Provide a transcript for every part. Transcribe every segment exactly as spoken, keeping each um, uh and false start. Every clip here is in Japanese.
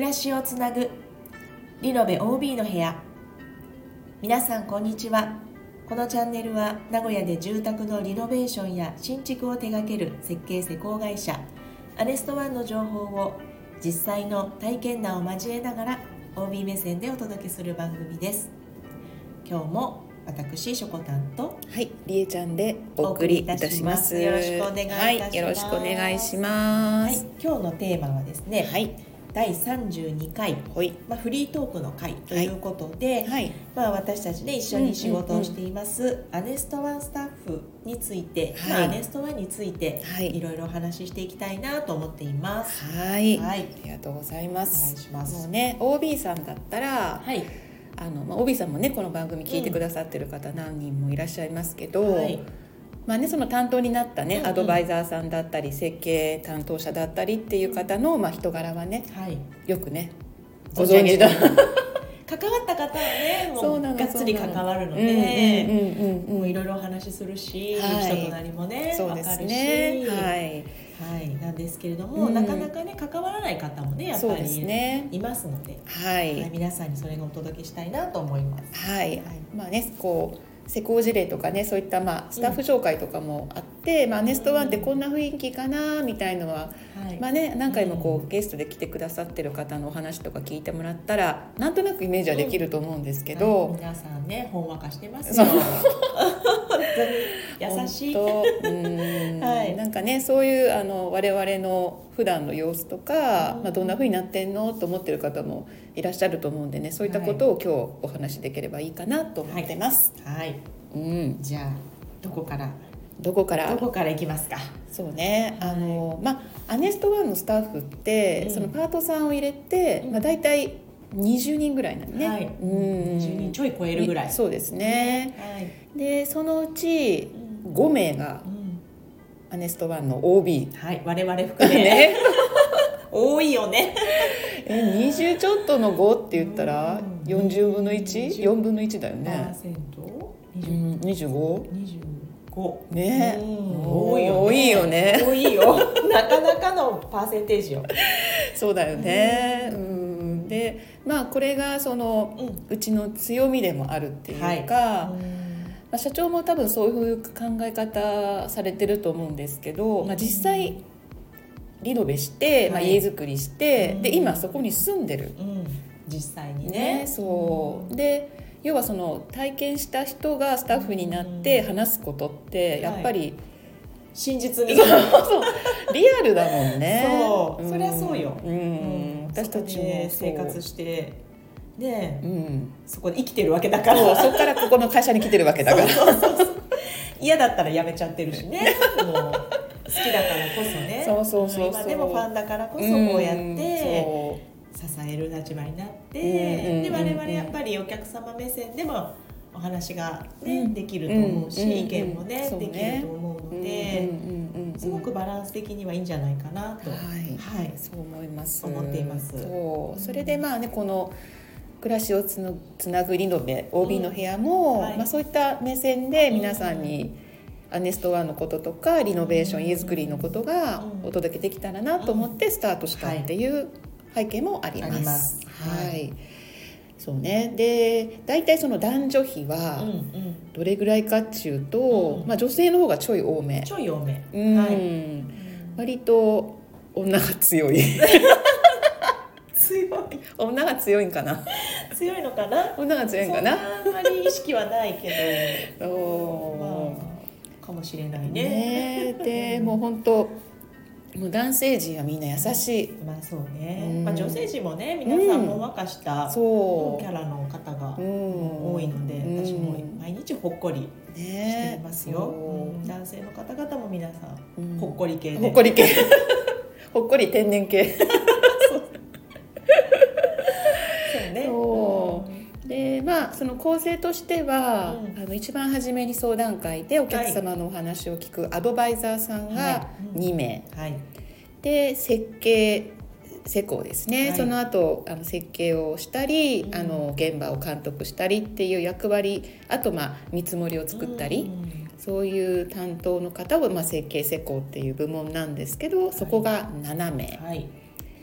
らしをつなぐリノベ オービー の部屋。皆さんこんにちは。このチャンネルは名古屋で住宅のリノベーションや新築を手掛ける設計施工会社アネストワンの情報を実際の体験談を交えながら オービー 目線でお届けする番組です。今日も私しょこたんとはい、りえちゃんでお送りいたします。 よろしくお願いいたします。 はい、よろしくお願いします。 はい、今日のテーマはですね、 はい、 だいさんじゅうにかい、 はいまあ、フリートークの会ということで、 はい、 まあ、私たちで一緒に仕事をしています、うんうんうん、アネストワンスタッフについて、はい、まあ、アネストワンについて、はい、いろいろお話ししていきたいなと思っています。 はい、 はい、 ありがとうございます。 お願いします。 もうね、オービー さんだったら、はい、あのまあ、オービー さんもねこの番組聞いてくださってる方何人もいらっしゃいますけど、うん、はい、まあね、その担当になったね、うんうん、アドバイザーさんだったり設計担当者だったりっていう方の、まあ、人柄はね、はい、よくねご存知だ関わった方はねもうがっつり関わるのでいろいろお話しするし、はい、人となりもね分かるし、はいはい、なんですけれども、うん、なかなかね関わらない方もねやっぱり、ね、いますので、はいはい、皆さんにそれがお届けしたいなと思います。 はい、はい、まあねこう施工事例とかねそういったまあスタッフ紹介とかもあって、うん、まあ、アネストワンってこんな雰囲気かなみたいのは、うん、まあね、何回もこうゲストで来てくださってる方のお話とか聞いてもらったらなんとなくイメージはできると思うんですけど、 うん、はい、皆さんねほんわかしてますよ優しいうん、 はい、なんかねそういうあの我々の普段の様子とか、うん、まあ、どんな風になってんのと思ってる方もいらっしゃると思うんでねそういったことを今日お話しできればいいかなと思ってます。 はい、はい、うん、じゃあどこからどこからどこからいきますか。 そうね、あの、まあ、アネストワンのスタッフって、うん、そのパートさんを入れて、うん、まあ、大体にじゅうにんぐらいなのね、はい、 うん、にじゅうにんちょい超えるぐらい。 そうですね、はい、でそのうちごめいが、うん、アネストワンの オービー、 はい、我々含めね多いよねえにじゅうちょっとのごって言ったらよんじゅうぶんの いち?よん 分のいちだよね。にじゅうご? にじゅうごね、 多いよね。 多いよね。 多いよなかなかのパーセンテージよ。 そうだよね。うん、で、まあこれがその、うん、うちの強みでもあるっていうか、はい、まあ、社長も多分そういう考え方されてると思うんですけど、まあ、実際リノベして、まあ、家づくりして、はい、で今そこに住んでる、うん、 実際に ね, ねそうで要はその体験した人がスタッフになって話すことってやっぱり、はい、 真実味そうそうリアルだもんね。 そう、うん、そりゃそうよ、 うんうん、私たちも生活してで、うん、そこで生きてるわけだからそうそこからここの会社に来てるわけだからそうそうそうそう嫌だったら辞めちゃってるしねもう好きだからこそねそうそうそうそう今でもファンだからこそこうやって、支える立場になって、うん、で我々やっぱりお客様目線でもお話が、ね、うん、できると思うし、うん、意見もね、うん、できると思うので、うん、すごくバランス的にはいいんじゃないかなと、はいはい、そう思います思っています。 そう、それでまあねこの暮らしをつのつなぐリノベ オービー の部屋も、はい、まあ、そういった目線で皆さんにアネストワンのこととかリノベーション家づくりのことがお届けできたらなと思ってスタートしたっていう背景もあります。あります、はい、そうね。で大体その男女比はどれぐらいかっていうと、うん、まあ、女性の方がちょい多めちょい多め、 うん、はい、割と女が強い強い女が強いんかな強いのかな女が強いんかなそんなあんまり意識はないけどお、まあ、かもしれないね。 ねでもう本当もう男性陣はみんな優しい。 まあそうね、うん、まあ、女性陣もね皆さんも若した、うん、そうキャラの方が多いので、うん、私も毎日ほっこりしていますよ、ね、うん、男性の方々も皆さん、うん、ほっこり系でほっこり系ほっこり天然系そうね。 そうでまあその構成としては、うん、あの一番初めに相談会でお客様のお話を聞くアドバイザーさんがにめい、はい、うん、はい、で設計施工ですね、はい、その後あの設計をしたり、うん、あの現場を監督したりっていう役割、あとまあ見積もりを作ったり、うん、そういう担当の方を、まあ、設計施工っていう部門なんですけど、そこがななめい、はい、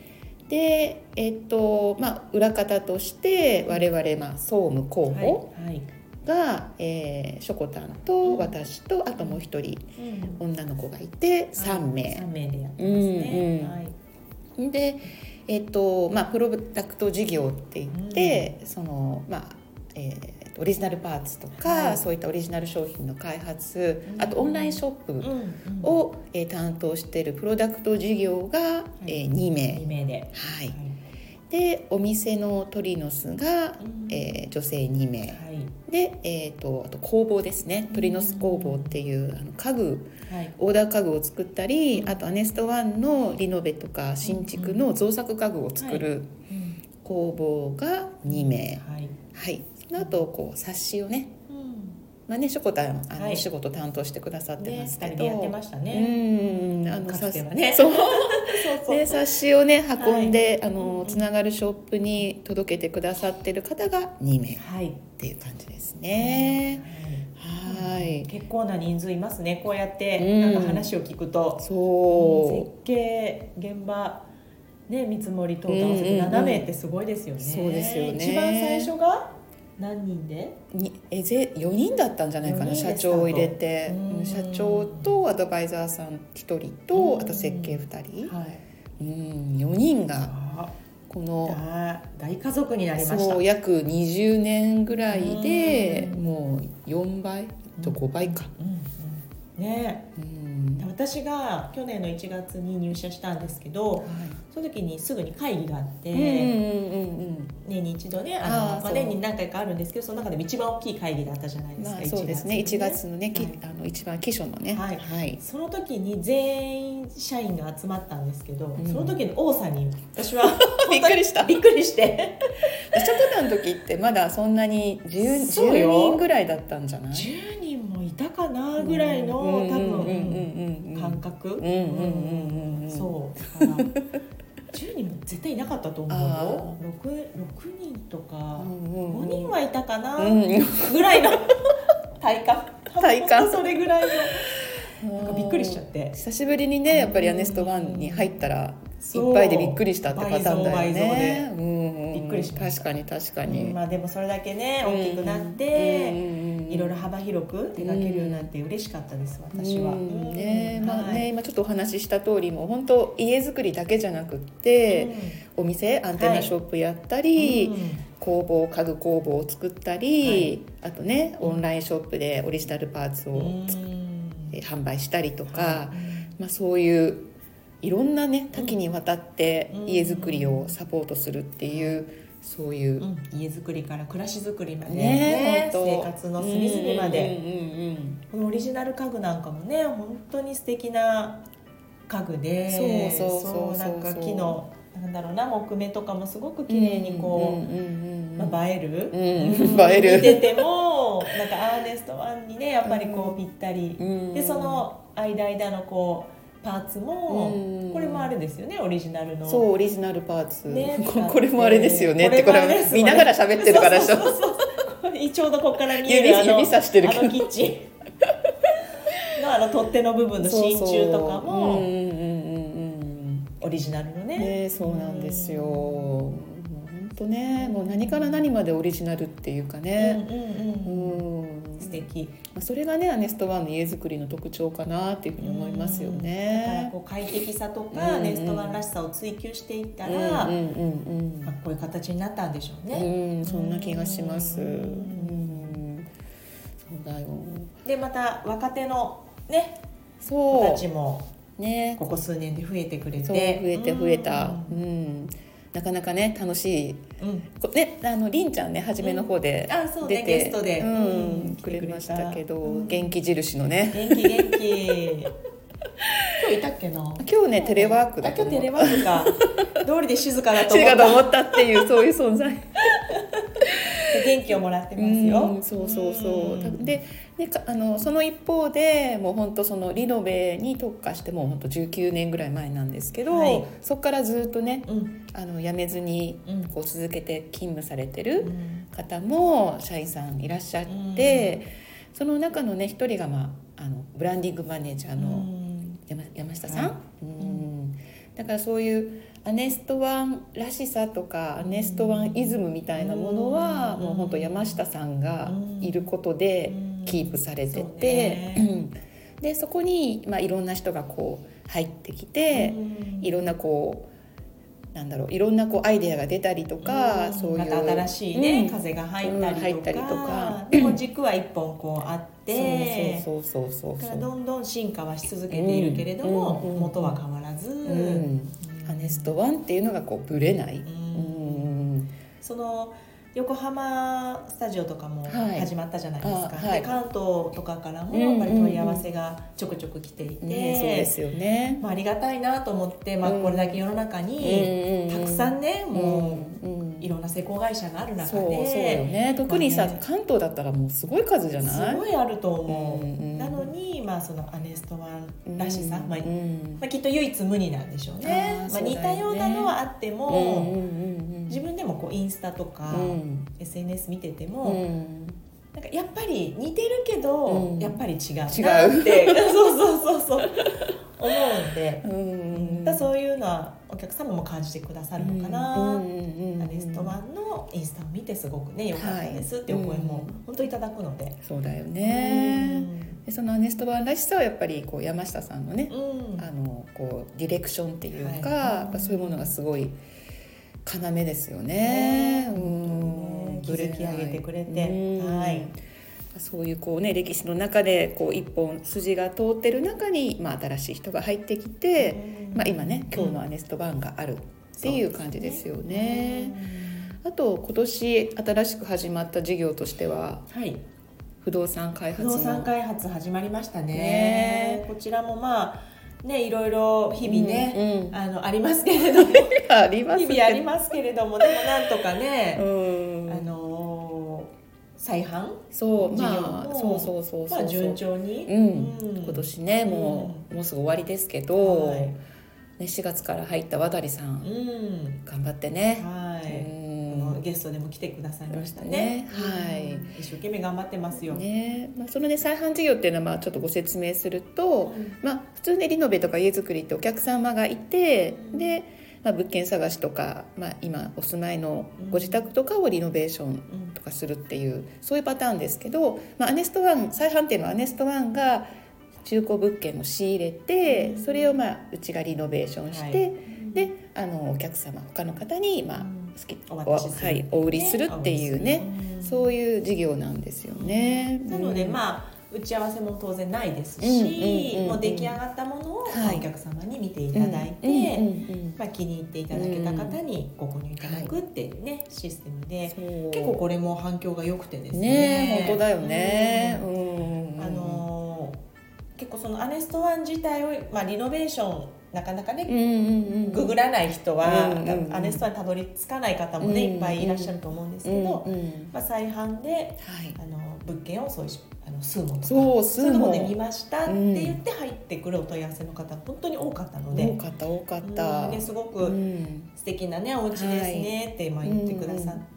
で、えっとまあ、裏方として我々、まあ、総務候補が、はいはい、えー、しょこたんと私とあともう一人女の子がいてさんめい、 はい、さんめいでやってますね、うんうん、 はい、で、えっとまあ、プロダクト事業って言って、うん、そのまあえー、オリジナルパーツとか、はい、そういったオリジナル商品の開発、うん、あとオンラインショップを、うんえー、担当しているプロダクト事業が、はいえー、にめい、 にめいで、 はいはい、でお店のトリノスが、うんえー、女性にめい、はい、で、えー、とあと工房ですね、トリノス工房っていうあの家具、はい、オーダー家具を作ったり、あとアネストワンのリノベとか新築の造作家具を作る工房がにめい、はいはいあとこう冊子をね、うんまあね、しょこたんあの、はい、お仕事担当してくださってますけど、ね、ふたりでやってましたね。うんあのかつてはねそうそうそうで冊子をね運んで、はい、あのつながるショップに届けてくださってる方がにめいっていう感じですね。はい、はい、 結構な人数いますね。こうやってなんか話を聞くと、 うん、そう設計現場ね、見積もり等々合わせてななめいってすごいですよね。 そうですよね。 一番最初が何人でにえぜよにんだったんじゃないかな、社長を入れて、社長とアドバイザーさんひとりとあと設計ふたり、はい、うんよにんがこの大家族になりました。 そう約にじゅうねんぐらいでもうよんばいとごばいか、うんうんうん、ねえ、うん、私が去年のいちがつに入社したんですけど、はい、その時にすぐに会議があって、うんうんうんうん、年に一度ねあのあ、まあ、年に何回かあるんですけど、その中でも一番大きい会議だったじゃないですか、まあ、 そうですね、いちがつのね、はい、あの一番基礎のね、 はいはい、その時に全員社員が集まったんですけど、うん、その時の多さに私はびっくりしたびっくりしてショコタンの時ってまだそんなに 10, じゅうにんぐらいだったんじゃない？ じゅうにんもいたかなぐらいの、うん、多分感覚、そうだからじゅうにんも絶対いなかったと思うよ。 6, ろくにんとかごにんはいたかな、うん、ぐらいの体感体感それぐらいのなんかびっくりしちゃって、 久しぶりにねやっぱりアネストワンに入ったらいっぱいでびっくりしたってパターンだよね。 倍増倍増で、うん、びっくりしました。 確かに確かに、 うん、まあでもそれだけね大きくなって、うん、いろいろ幅広く手掛けるようになって嬉しかったです、私は、うんねまあね、今ちょっとお話しした通りも本当家づくりだけじゃなくって、うん、お店アンテナショップやったり、はい、工房家具工房を作ったり、はい、あとねオンラインショップでオリジナルパーツを、うん、販売したりとか、はい、まあ、そういういろんなね多岐にわたって家づくりをサポートするっていう、そういう、うん、 家づくりから暮らしづくりまで、ねね、生活の隅々まで、うんうんうん、このオリジナル家具なんかもね本当に素敵な家具で、そうそうそうそう、なんか木のなんだろうな木目とかもすごく綺麗にこう、うんうんうんまあ、映える、うん、映える見ててもなんかアーネストワンにねやっぱりこうぴったり、うん、でその間間のこうパーツも、うん、これもあれですよね、オリジナルの。 そうオリジナルパーツ、ね、これもあれですよねってこれ見ながら喋ってるからでしょ。そうそうそうそうちょうどここから見えるあの、指さしてるあのキッチンのあの取っ手の部分の真鍮とかもオリジナルの ね, ねそうなんですよ。もう本当ねもう何から何までオリジナルっていうかね、うんうんうんうん素敵。 それがねアネストワンの家づくりの特徴かなっていうふうに思いますよね。 だからこう快適さとかアネストワンらしさを追求していったら、うんうんうんまあ、こういう形になったんでしょうね。 うんそんな気がします。うんうんそうだよ。 でまた若手のね子たちもねここ数年で増えてくれて、そう増えて増えた。うん、うんなかなかね楽しい、うんね、あのりんちゃんね初めの方で出て、うんあそうね、ゲストで、うんうん、くれましたけど、うん、元気印のね元気元気今日いたっけな。 今日ねテレワークだと思う。 今日テレワークか通りで静かだと思った静かと思ったっていうそういう存在元気をもらってますよ。 うんそうそうそうでであのその一方でもう本当そのリノベに特化してもう本当じゅうきゅうねんぐらい前なんですけど、はい、そこからずっとね、うん、あの辞めずにこう続けて勤務されてる方も社員さんいらっしゃって、うん、その中のね一人が、まあ、あのブランディングマネージャーの山、山下さん、はいうん、だからそういうアネストワンらしさとかアネストワンイズムみたいなものは、うん、もう本当山下さんがいることでキープされてて、うんうん、でそこに、まあ、いろんな人がこう入ってきて、うん、いろんなこうなんだろういろんなこうアイデアが出たりとか、 うん、 そういうまた新しい、ねうん、風が入ったりとか、うん、入ったりとかでも軸は一本こうあってそうそうそうそうそうからどんどん進化はし続けているけれども、うん、元は変わらず、うんうんアネストワンっていうのがこうブレない、うんうんその横浜スタジオとかも始まったじゃないですか、はい、で関東とかからもやっぱり問い合わせがちょくちょく来ていて、うんうんうんね、 そうですよね、 まあ、ありがたいなと思って、まあ、これだけ世の中にたくさんね、うんうん、もういろんな施工会社がある中で、 そうそうよね、特にさ、まあね、関東だったらもうすごい数じゃないすごいあると思う、うんうん、なのに、まあ、そのアネストワンらしさ、うんまあうんまあ、きっと唯一無二なんでしょうね、あ、まあ、似たようなのはあっても、うんうんうんうん、自分でもこうインスタとか、うん、エスエヌエス 見てても、うん、なんかやっぱり似てるけど、うん、やっぱり違うなって違うそうそうそうそう思うんで、うん、だそういうのはお客様も感じてくださるのかな、うんうん、アネストワンのインスタを見てすごくね良かったですっていう声も本当いただくので、 そうだよね、うん、でそのアネストワンらしさはやっぱりこう山下さんのね、うん、あのこうディレクションっていうか、はい、そういうものがすごい要ですよね、うん、 築き上げてくれて、はい、 そういうこう、ね、歴史の中でこう一本筋が通ってる中に、まあ、新しい人が入ってきて、まあ、今ね今日のアネストワンがあるっていう感じですよね。あと今年新しく始まった事業としては、はい、不動産開発の不動産開発始まりました ね, ねこちらもまあね、いろいろ日々ね、うんうん、あのありますけれどもあります日々ありますけれどもでもなんとかね、うん、あの再販そう事業も、まあ、そうそうそうそう、 まあ、順調に、 うんうん、今年ねもう、うん、もうすぐ終わりですけど、はいね、しがつから入った渡さん、うん、頑張ってね、 はいうん、ゲストでも来てくださいましたね、はい、一生懸命頑張ってますよ、 ねまあ、そのね再販事業っていうのはまあちょっとご説明すると、うんまあ、普通ねリノベとか家づくりってお客様がいて、うんでまあ、物件探しとか、まあ、今お住まいのご自宅とかをリノベーションとかするっていう、うん、そういうパターンですけど、まあ、アネストワン再販っていうのはアネストワンが中古物件を仕入れて、うん、それをまあうちがリノベーションして、はい、であのお客様他の方にまあ、うん好きお, はい、お売りするっていうね、うん、そういう事業なんですよね、 うん、なのでまあ打ち合わせも当然ないですし、うんうんうんうん、もう出来上がったものをお客様に見ていただいて、はいまあ、気に入っていただけた方にご購入いただくっていうね、はい、システムで結構これも反響が良くてですね、 ね本当だよね、うんうん、あの結構そのアネストワン自体を、まあ、リノベーションなかなかね、うんうんうん、ググらない人は、うんうんうん、アネストワンにたどり着かない方もね、うんうん、いっぱいいらっしゃると思うんですけど、うんうんまあ、再販で、はい、あの物件をそういうあの数問とかそう数問で見ましたって言って入ってくるお問い合わせの方本当に多かったので多かった多かった、 うんね、すごく素敵な、ね、お家ですねって今言ってくださって、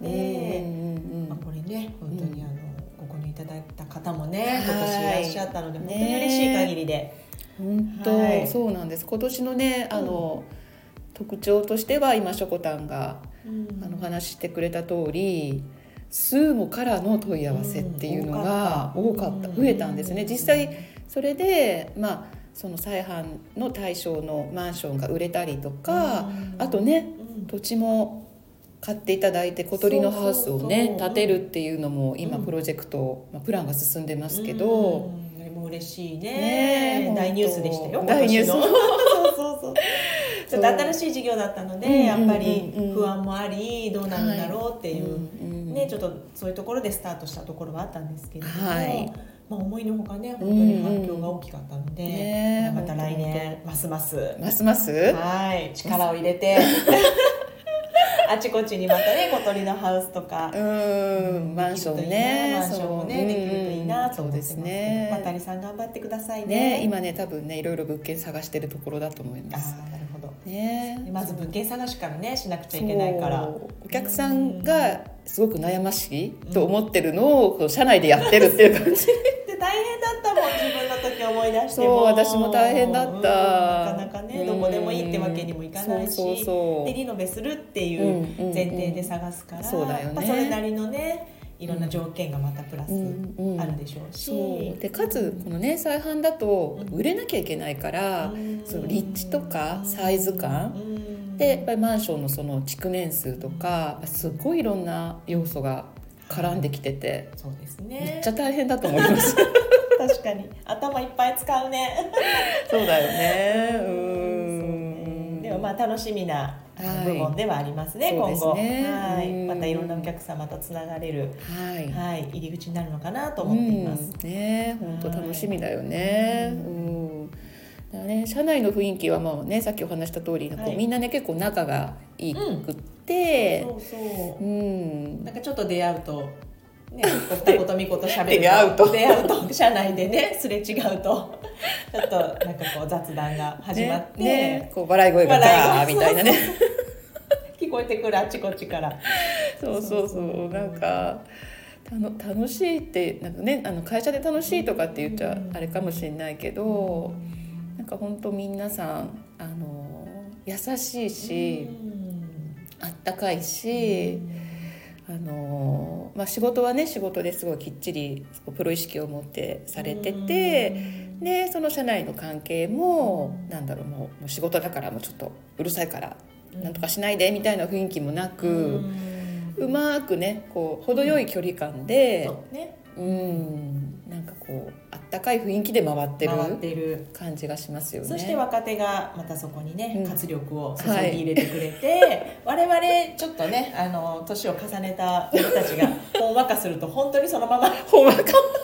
まあ、これね本当にあの、うん、ご購入いただいた方もね今年いらっしゃったので、はい、本当に嬉しい限りで本当、はい、そうなんです今年のねあの、うん、特徴としては今しょこたんが、うん、あの話してくれた通りスーモからの問い合わせっていうのが多かった、うん、増えたんですね実際それでまあその再販の対象のマンションが売れたりとか、うん、あとね、うん、土地も買っていただいて小鳥のハウスをね建てるっていうのも今プロジェクト、まあ、プランが進んでますけど、うん嬉しい ね, ね大ニュースでしたよ大ニュースそうそうそうちょっと新しい事業だったので、うん、やっぱり不安もありどうなるんだろうっていう、はい、ね、ちょっとそういうところでスタートしたところはあったんですけれども、はいまあ、思いのほかね本当に反響が大きかったので、うんね、また来年ますますますますはい力を入れてあちこちにまたね小鳥のハウスとかうんマンションねマンションもねできるといいなと思ってますけど、ね、渡りさん頑張ってください ね, ね今ね多分ねいろいろ物件探してるところだと思いますあなるほど、ね、まず物件探しからねしなくちゃいけないからお客さんがすごく悩ましいと思ってるのを社内でやってるっていう感じで大変だったもん自分の時思い出してもそう私も大変だった、うん、なかなかねどこでもいいってわけにもいかないし、そうそうそうでリノベするっていう前提で探すから、うんうんうん、そうだよね、まあ、それなりのねいろんな条件がまたプラスあるでしょうし、うんうん、 そうでかつこのね再販だと売れなきゃいけないから、うん、その立地とかサイズ感、うん、でやっぱりマンションのその築年数とかすごいいろんな要素が絡んできてて、 そうですね、 めっちゃ大変だと思います確かに頭いっぱい使うねそうだよね、うん、 でもまあ楽しみな部門ではありますね、はい、今後、ね、はい、またいろんなお客様とつながれる、はいはい、入り口になるのかなと思っています、 うん、ね、本当楽しみだよね、うんうんだからね、社内の雰囲気はもうねさっきお話した通り、はい、みんなね結構仲がいいくって、うん、そうそうそう、うん、 なんかちょっと出会うとね、二言三言喋ると出会うと出会うと社内でねすれ違うとちょっとなんかこう雑談が始まって、ねね、 こう笑い声がダーみたいなね聞こえてくるあっちこっちからそうそうそうなんかたの楽しいってなんか、ね、あの会社で楽しいとかって言っちゃあれかもしれないけど、なんか本当皆さんあの優しいしあったかいし、あのまあ、仕事はね仕事ですごいきっちりプロ意識を持ってされてて、でその社内の関係もなんだろうもう、もう仕事だからもうちょっとうるさいからなんとかしないでみたいな雰囲気もなく、うまくねこう程よい距離感で、うん、なんかこうあったかい雰囲気で回ってる感じがしますよね。 そして若手がまたそこにね、うん、活力を注ぎ入れてくれて、はい、我々ちょっとねあの年を重ねた僕たちがほんわかすると本当にそのままほんわか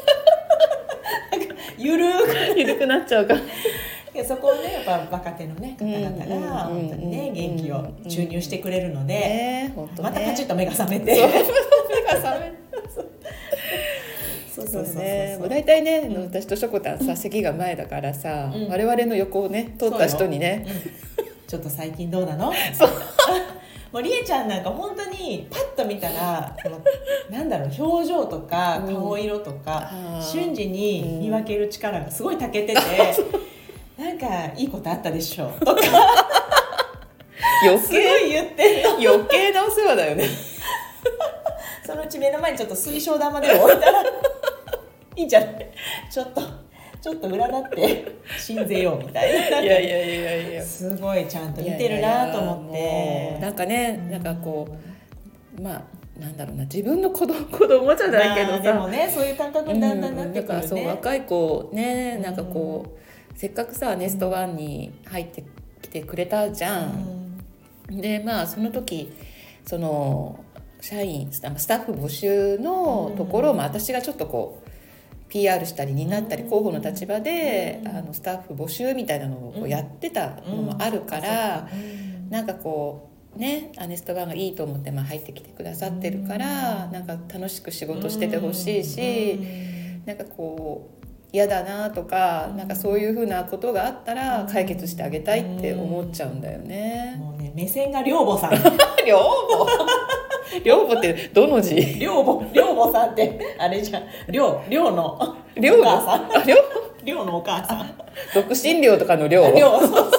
ゆるくゆるくなっちゃうからそこをねやっぱ若手のね方々が本当にね元気を注入してくれるので、ねね、またパチッと目が覚めて目が覚めてそうそうそうね、もう大体ね、うん、私としょこたんさ席が前だからさ、うん、我々の横をね通った人にね、 うん、ちょっと最近どうなのそうもうりえちゃんなんか本当にパッと見たらなんだろう表情とか顔色とか、うん、瞬時に見分ける力がすごい長けてて、うん、なんかいいことあったでしょとか余計すごい言ってる余計なお世話だよねそのうち目の前にちょっと水晶玉でも置いたらいいんじゃないちょっとちょっと占って信ぜようみたいな。いやいやいやいやすごいちゃんと見てるなと思って。いやいやいやなんかねなんかこうまあなんだろうな自分の子供子供じゃないけどさ、 でもねそういう感覚にだんだんなってくるね。 うん、だからそう若い子ねなんかこう、うん、せっかくさネストワンに入ってきてくれたじゃん。うん、でまあその時その社員スタッフ募集のところも私がちょっとこう ピーアール したりになったり候補の立場であのスタッフ募集みたいなのをやってたのもあるからなんかこうねアネストワンがいいと思ってまあ入ってきてくださってるからなんか楽しく仕事しててほしいしなんかこう嫌だなとかなんかそういうふうなことがあったら解決してあげたいって思っちゃうんだよね。 もうね目線が寮母さん寮母寮母ってどの字？ 寮母寮母さんってあれじゃん寮寮の寮お母さん寮寮のお母さん独身寮とかの寮寮そうそうそう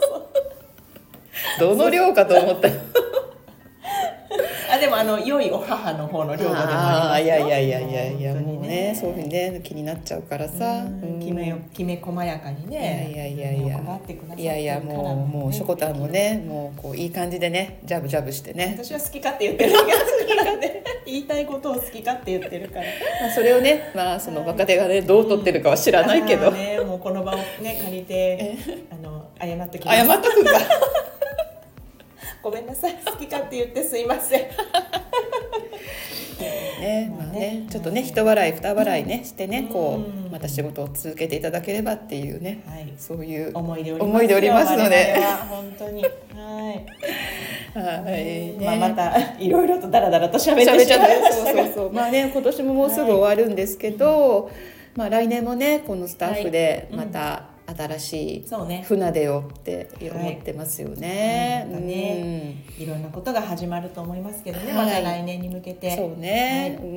そうどの寮かと思ったあでもあの良いお母の方の寮母でもありますよ。 いやいやいやいやいやもうねそういうふうにね気になっちゃうからさ、 うん、きめきめ細やかにねいやいやいやいやいやいやもうもうしょこたんもねもうこういい感じでねジャブジャブしてね私は好き勝手言ってるけど好き勝手言いたいことを好き勝手言ってるから、 まあ、それをねまあその若手がねどう取ってるかは知らないけど、 うんね、もうこの場をね借りてあの謝ってきます謝っとくんだごめんなさい好き勝手言ってすいませんねまあね、ちょっとね一笑い二笑いねしてねこうまた仕事を続けていただければっていうね、はい、そういう思いでおりますので本当にはいはいねまあ、またいろいろとダラダラと喋ってしまいましたがそうそうそうまあね今年ももうすぐ終わるんですけど、はいまあ、来年もねこのスタッフでまた新しいそうね船出よって思ってますよね。 はい、ね、うん、いろんなことが始まると思いますけどね、 はい、 また来年に向けて。 そうね、はい、うん、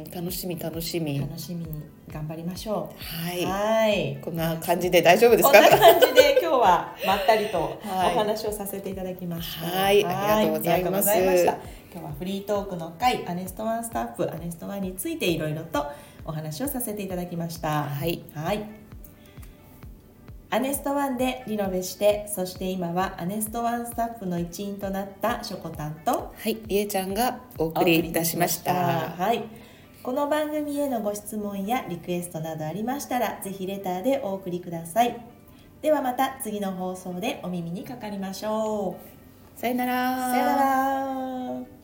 楽しみ楽しみ楽しみに頑張りましょう。 はい、 はい、 こんな感じで大丈夫ですか？ こんな感じで今日はまったりとお話をさせていただきました。 はい、はい、ありがとうございます。 今日はフリートークの会、アネストワンスタッフ、アネストワンについていろいろとお話をさせていただきました。 はい、 はい、アネストワンでリノベして、そして今はアネストワンスタッフの一員となったしょこたんと、 はい、りえちゃんがお送りいたしました。 はい、この番組へのご質問やリクエストなどありましたら、ぜひレターでお送りください。ではまた次の放送でお耳にかかりましょう。 さよなら。 さよなら。